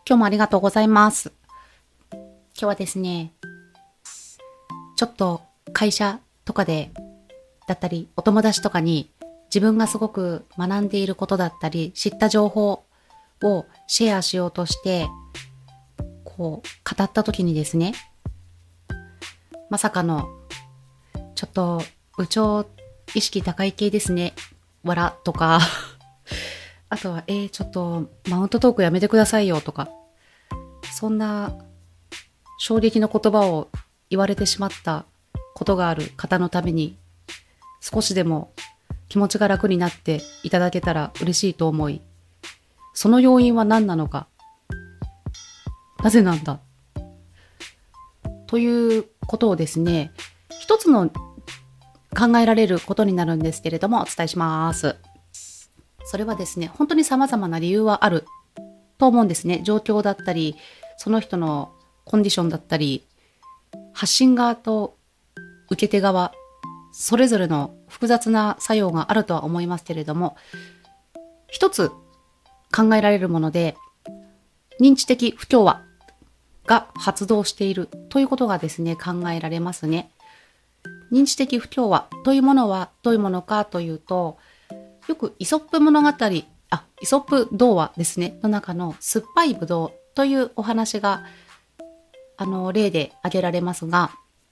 今日もありがとうございます。今日はですね、ちょっと会社とかでだったり、お友達とかに自分がすごく学んでいることだったり、知った情報をシェアしようとして、語った時にですね、まさかの、ちょっと、部長意識高い系ですね。わらとか、あとは、ちょっと、マウントトークやめてくださいよとか、そんな衝撃の言葉を言われてしまったことがある方のために、少しでも気持ちが楽になっていただけたら嬉しいと思い、その要因は何なのか、なぜなんだ、ということをですね、一つの考えられることになるんですけれども、お伝えします。それはですね、本当に様々な理由はあると思うんですね。状況だったり、その人のコンディションだったり、発信側と受け手側、それぞれの複雑な作用があるとは思いますけれども、一つ考えられるもので、認知的不協和が発動しているということがですね、考えられますね。認知的不協和というものはどういうものかというと、よくイソップ物語、イソップ童話ですね、の中の酸っぱいぶどうというお話が、例で挙げられますが、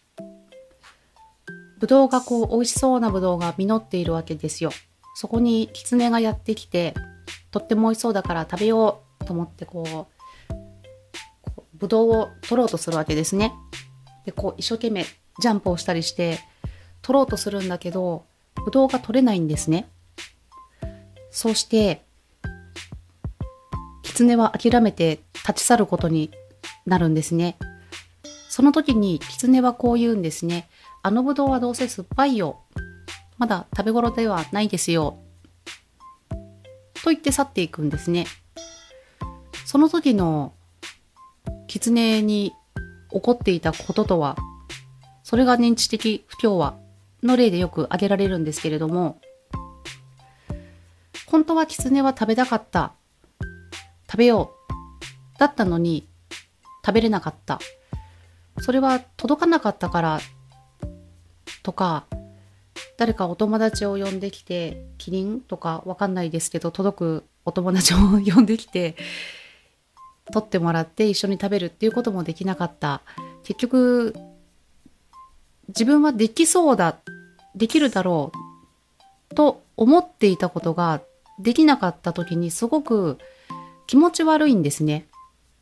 ぶどうが美味しそうなぶどうが実っているわけですよ。そこに狐がやってきて、とっても美味しそうだから食べようと思ってぶどうを取ろうとするわけですね。で、一生懸命ジャンプをしたりして取ろうとするんだけど、ぶどうが取れないんですね。そうして、狐は諦めて立ち去ることになるんですね。その時に狐はこう言うんですね。あのぶどうはどうせ酸っぱいよ。まだ食べ頃ではないですよ。と言って去っていくんですね。その時の狐に起こっていたこととは、それが認知的不協和の例でよく挙げられるんですけれども、本当は狐は食べたかった。食べよう。だったのに食べれなかった。それは届かなかったからとか、誰かお友達を呼んできて、キリンとかわかんないですけど、届くお友達を呼んできて、取ってもらって一緒に食べるっていうこともできなかった。結局、自分はできそうだ、できるだろうと思っていたことができなかった時にすごく気持ち悪いんですね。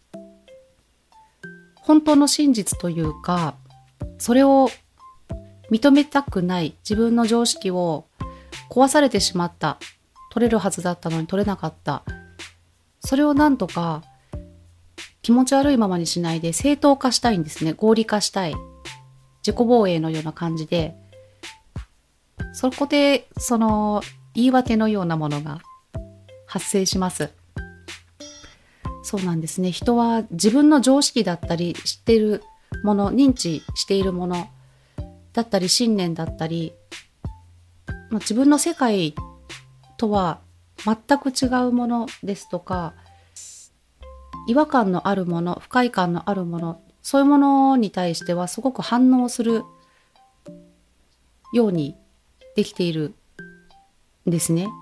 本当の真実というか、それを認めたくない自分の常識を壊されてしまった。取れるはずだったのに取れなかった。それをなんとか気持ち悪いままにしないで正当化したいんですね。合理化したい。自己防衛のような感じで、そこでその言い訳のようなものが発生します。そうなんですね。人は自分の常識だったり知っているもの、認知しているものだったり信念だったり、自分の世界とは全く違うものですとか、違和感のあるもの、不快感のあるもの、そういうものに対してはすごく反応するようにできているんですね。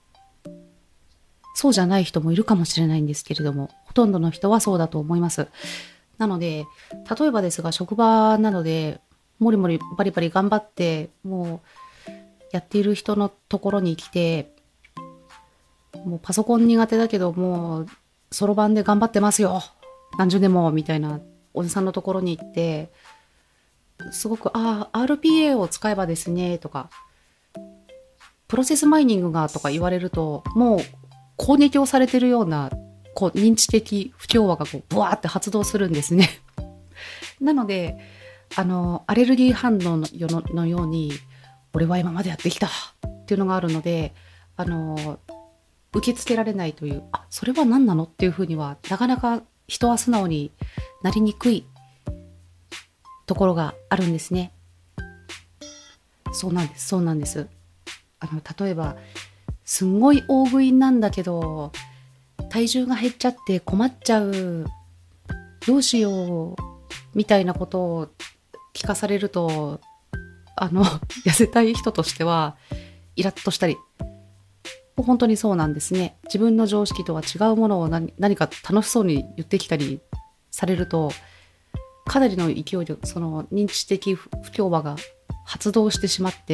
そうじゃない人もいるかもしれないんですけれども、ほとんどの人はそうだと思います。なので、例えばですが、職場などで、もりもりバリバリ頑張って、もう、やっている人のところに来て、もうパソコン苦手だけど、もう、そろばんで頑張ってますよ。何十年も、みたいなおじさんのところに行って、すごく、RPA を使えばですね、とか、プロセスマイニングがとか言われると、もう攻撃をされてるような、認知的不協和がブワーって発動するんですね。なので、アレルギー反応のように、俺は今までやってきたっていうのがあるので、受け付けられないという、それは何なのっていうふうには、なかなか人は素直になりにくいところがあるんですね。そうなんです、そうなんです。例えば、すんごい大食いなんだけど、 体重が減っちゃって困っちゃう、どうしようみたいなことを聞かされると、痩せたい人としてはイラッとしたり、本当にそうなんですね。自分の常識とは違うものを何か楽しそうに言ってきたりされると、かなりの勢いでその認知的不協和が発動してしまって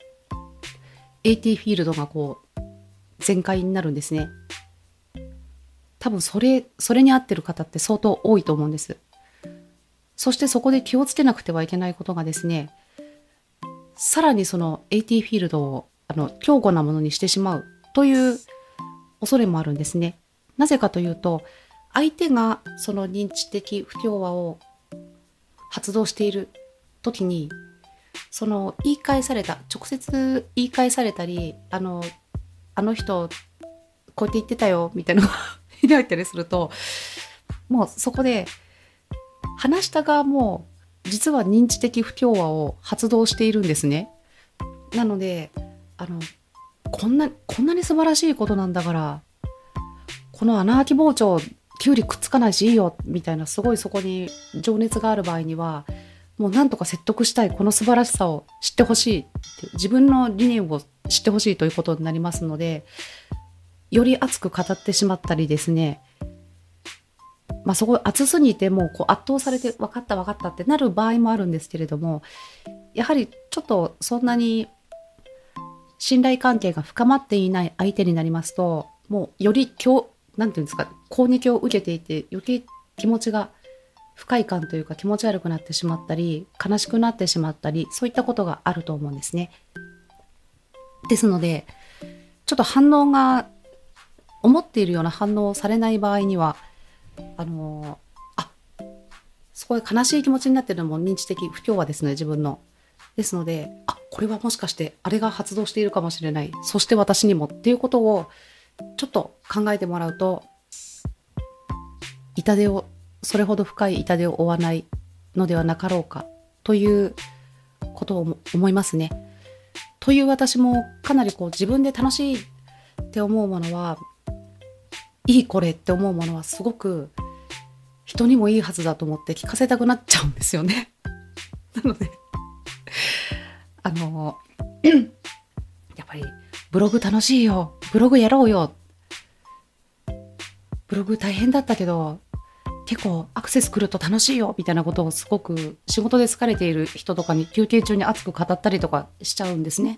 、AT フィールドが全開になるんですね。多分それに合ってる方って相当多いと思うんです。そしてそこで気をつけなくてはいけないことがですね、さらにその AT フィールドを強固なものにしてしまうという恐れもあるんですね。なぜかというと、相手がその認知的不協和を発動している時に、その直接言い返されたり、あの人こうやって言ってたよみたいなのが開いたりすると、もうそこで話した側も実は認知的不協和を発動しているんですね。なのでこんなに素晴らしいことなんだから、この穴あき包丁きゅうりくっつかないしいいよみたいな、すごいそこに情熱がある場合には、もうなんとか説得したい、この素晴らしさを知ってほしいって、自分の理念を知ってほしいということになりますので、より熱く語ってしまったりですね、そこ熱すぎてもう圧倒されて分かったってなる場合もあるんですけれども、やはりちょっとそんなに信頼関係が深まっていない相手になりますと、もうよりなんていうんですか、攻撃を受けていて余計気持ちが不快感というか気持ち悪くなってしまったり、悲しくなってしまったり、そういったことがあると思うんですね。ですので、ちょっと反応が思っているような反応をされない場合には、そこで悲しい気持ちになっているのも認知的不協和ですね、自分の。ですので、これはもしかしてあれが発動しているかもしれない、そして私にもっていうことをちょっと考えてもらうと、それほど深い痛手を負わないのではなかろうかということを思いますね。という私もかなり自分で楽しいって思うものは、いいこれって思うものはすごく人にもいいはずだと思って聞かせたくなっちゃうんですよね。なのでやっぱりブログ楽しいよ、ブログやろうよ、ブログ大変だったけど結構アクセス来ると楽しいよみたいなことをすごく仕事で疲れている人とかに休憩中に熱く語ったりとかしちゃうんですね。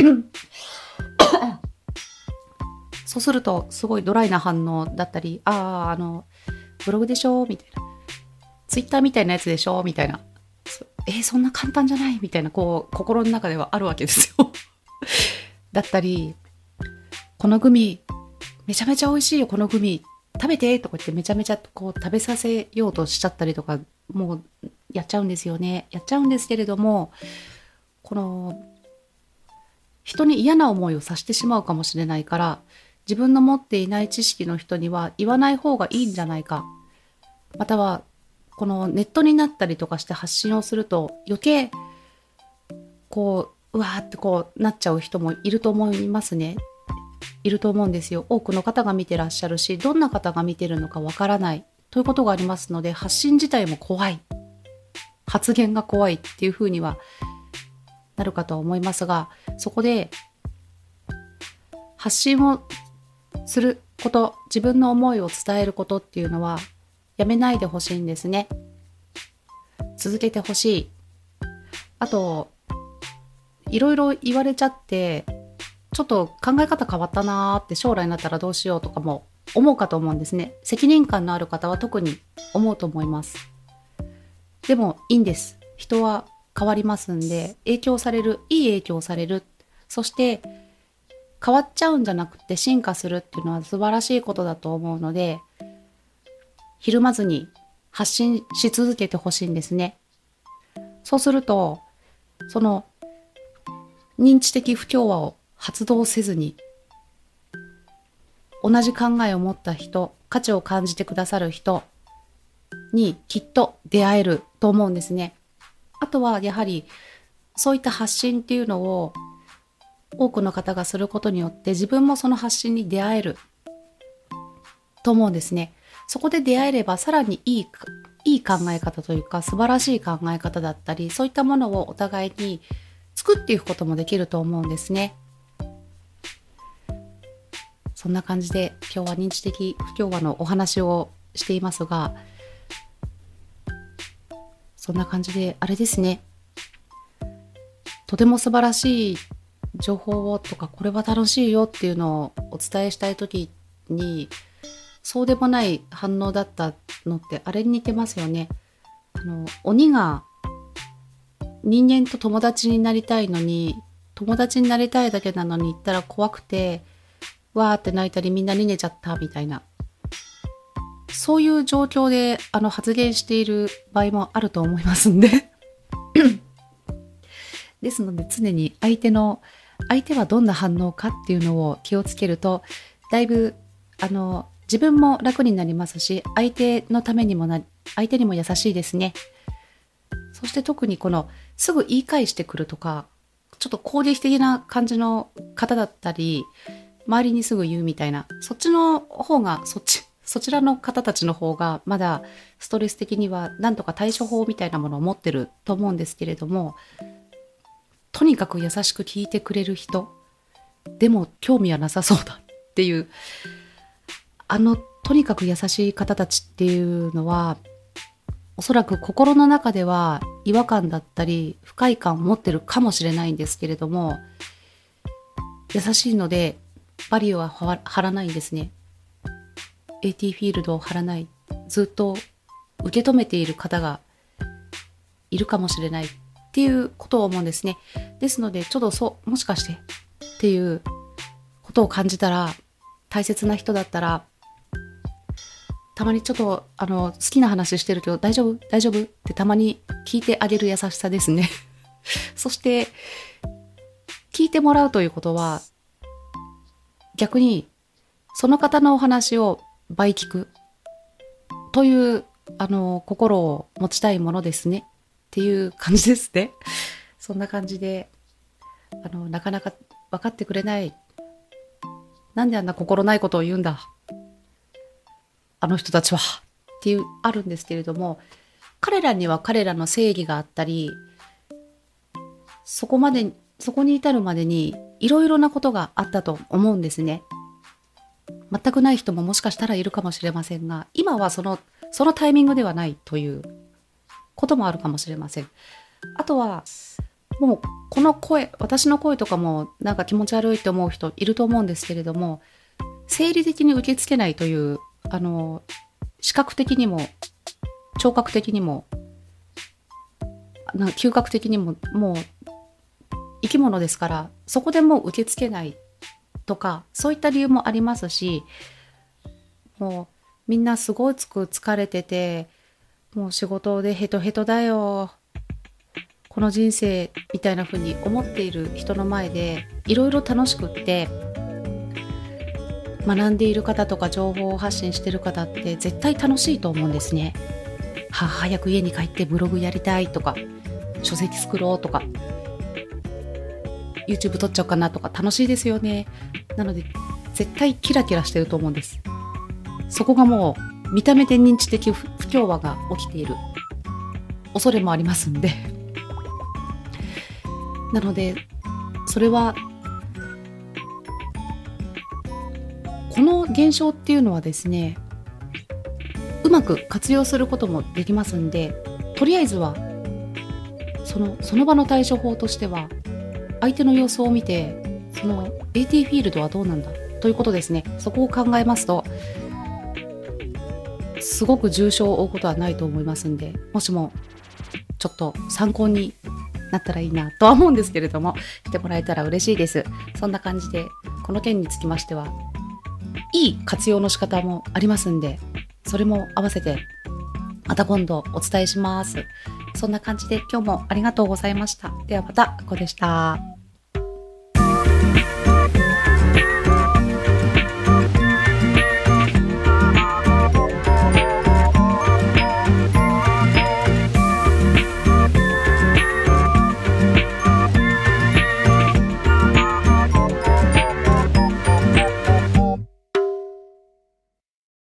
そうするとすごいドライな反応だったり、ブログでしょみたいな、ツイッターみたいなやつでしょみたいな、そんな簡単じゃないみたいな心の中ではあるわけですよ。だったり、このグミめちゃめちゃ美味しいよ、このグミ食べてとか言ってめちゃめちゃ食べさせようとしちゃったりとか、もうやっちゃうんですよね。やっちゃうんですけれども、人に嫌な思いをさせてしまうかもしれないから、自分の持っていない知識の人には言わない方がいいんじゃないか。またはこのネットになったりとかして発信をすると余計うわーってなっちゃう人もいると思いますね。いると思うんですよ。多くの方が見てらっしゃるし、どんな方が見てるのかわからないということがありますので、発信自体も怖い、発言が怖いっていう風にはなるかと思いますが、そこで発信をすること、自分の思いを伝えることっていうのはやめないでほしいんですね。続けてほしい。あといろいろ言われちゃってちょっと考え方変わったなーって、将来になったらどうしようとかも思うかと思うんですね。責任感のある方は特に思うと思います。でもいいんです。人は変わりますんで、いい影響される。そして変わっちゃうんじゃなくて進化するっていうのは素晴らしいことだと思うので、ひるまずに発信し続けてほしいんですね。そうすると、その認知的不協和を発動せずに、同じ考えを持った人、価値を感じてくださる人にきっと出会えると思うんですね。あとはやはりそういった発信っていうのを多くの方がすることによって、自分もその発信に出会える。 と思うんですね。そこで出会えればさらにいい考え方というか素晴らしい考え方だったり、そういったものをお互いに作っていくこともできると思うんですね。そんな感じで今日は認知的不協和のお話をしていますが、そんな感じであれですね。とても素晴らしい情報をとか、これは楽しいよっていうのをお伝えしたいときに、そうでもない反応だったのってあれに似てますよね。鬼が人間と友達になりたいのに、友達になりたいだけなのに言ったら怖くて、わーって泣いたりみんな逃げちゃったみたいな。そういう状況で発言している場合もあると思いますんで。ですので常に相手はどんな反応かっていうのを気をつけると、だいぶ自分も楽になりますし、相手にも優しいですね。そして特にすぐ言い返してくるとか、ちょっと攻撃的な感じの方だったり、周りにすぐ言うみたいな、そちらの方たちの方がまだストレス的にはなんとか対処法みたいなものを持ってると思うんですけれども、とにかく優しく聞いてくれる人でも興味はなさそうだっていう、とにかく優しい方たちっていうのは、おそらく心の中では違和感だったり不快感を持ってるかもしれないんですけれども、優しいのでバリアは張らないんですね。AT フィールドを張らない、ずっと受け止めている方がいるかもしれないっていうことを思うんですね。ですのでちょっともしかしてっていうことを感じたら、大切な人だったら、たまにちょっと好きな話してるけど大丈夫ってたまに聞いてあげる優しさですね。そして聞いてもらうということは、逆にその方のお話を倍聞くという心を持ちたいものですねっていう感じですね。そんな感じでなかなか分かってくれない、なんであんな心ないことを言うんだあの人たちはっていうあるんですけれども、彼らには彼らの正義があったり、そこに至るまでにいろいろなことがあったと思うんですね。全くない人ももしかしたらいるかもしれませんが、今はそのタイミングではないということもあるかもしれません。あとはもうこの声、私の声とかもなんか気持ち悪いって思う人いると思うんですけれども、生理的に受け付けないという視覚的にも聴覚的にも嗅覚的にももう生き物ですから、そこでもう受け付けないとか、そういった理由もありますし、もうみんなすごく疲れてて、もう仕事でヘトヘトだよ、この人生みたいな風に思っている人の前でいろいろ楽しくって学んでいる方とか情報を発信している方って絶対楽しいと思うんですね。早く家に帰ってブログやりたいとか、書籍作ろうとか、YouTube 撮っちゃおうかなとか、楽しいですよね。なので絶対キラキラしてると思うんです。そこがもう見た目で認知的不協和が起きている恐れもありますんで、なのでそれはこの現象っていうのはですね、うまく活用することもできますんで、とりあえずはその場の対処法としては、相手の様子を見て、その AT フィールドはどうなんだということですね。そこを考えますと、すごく重傷を負うことはないと思いますんで、もしもちょっと参考になったらいいなとは思うんですけれども、してもらえたら嬉しいです。そんな感じで、この件につきましては、いい活用の仕方もありますんで、それも合わせてまた今度お伝えします。そんな感じで今日もありがとうございました。ではまた、ここでした。